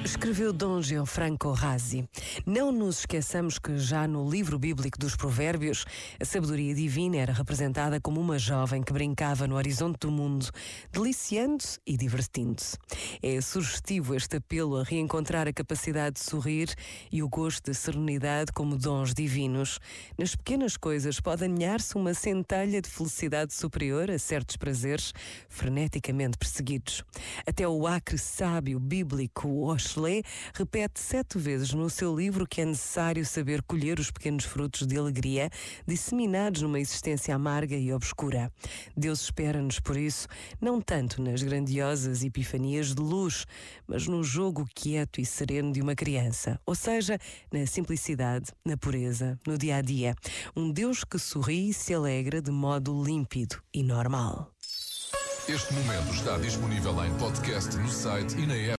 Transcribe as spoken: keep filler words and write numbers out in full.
Escreveu Dom Gianfranco Razzi. Não nos esqueçamos que já no livro bíblico dos Provérbios, a sabedoria divina era representada como uma jovem que brincava no horizonte do mundo, deliciando-se e divertindo-se. É sugestivo este apelo a reencontrar a capacidade de sorrir e o gosto da serenidade como dons divinos. Nas pequenas coisas pode aninhar-se uma centelha de felicidade superior a certos prazeres freneticamente perseguidos. Até o acre sábio bíblico Oshlé repete sete vezes no seu livro que é necessário saber colher os pequenos frutos de alegria disseminados numa existência amarga e obscura. Deus espera-nos, por isso, não tanto nas grandiosas epifanias de luz, mas no jogo quieto e sereno de uma criança, ou seja, na simplicidade, na pureza, no dia-a-dia. Um Deus que sorri e se alegra de modo límpido e normal. Este momento está disponível em podcast no site e na app.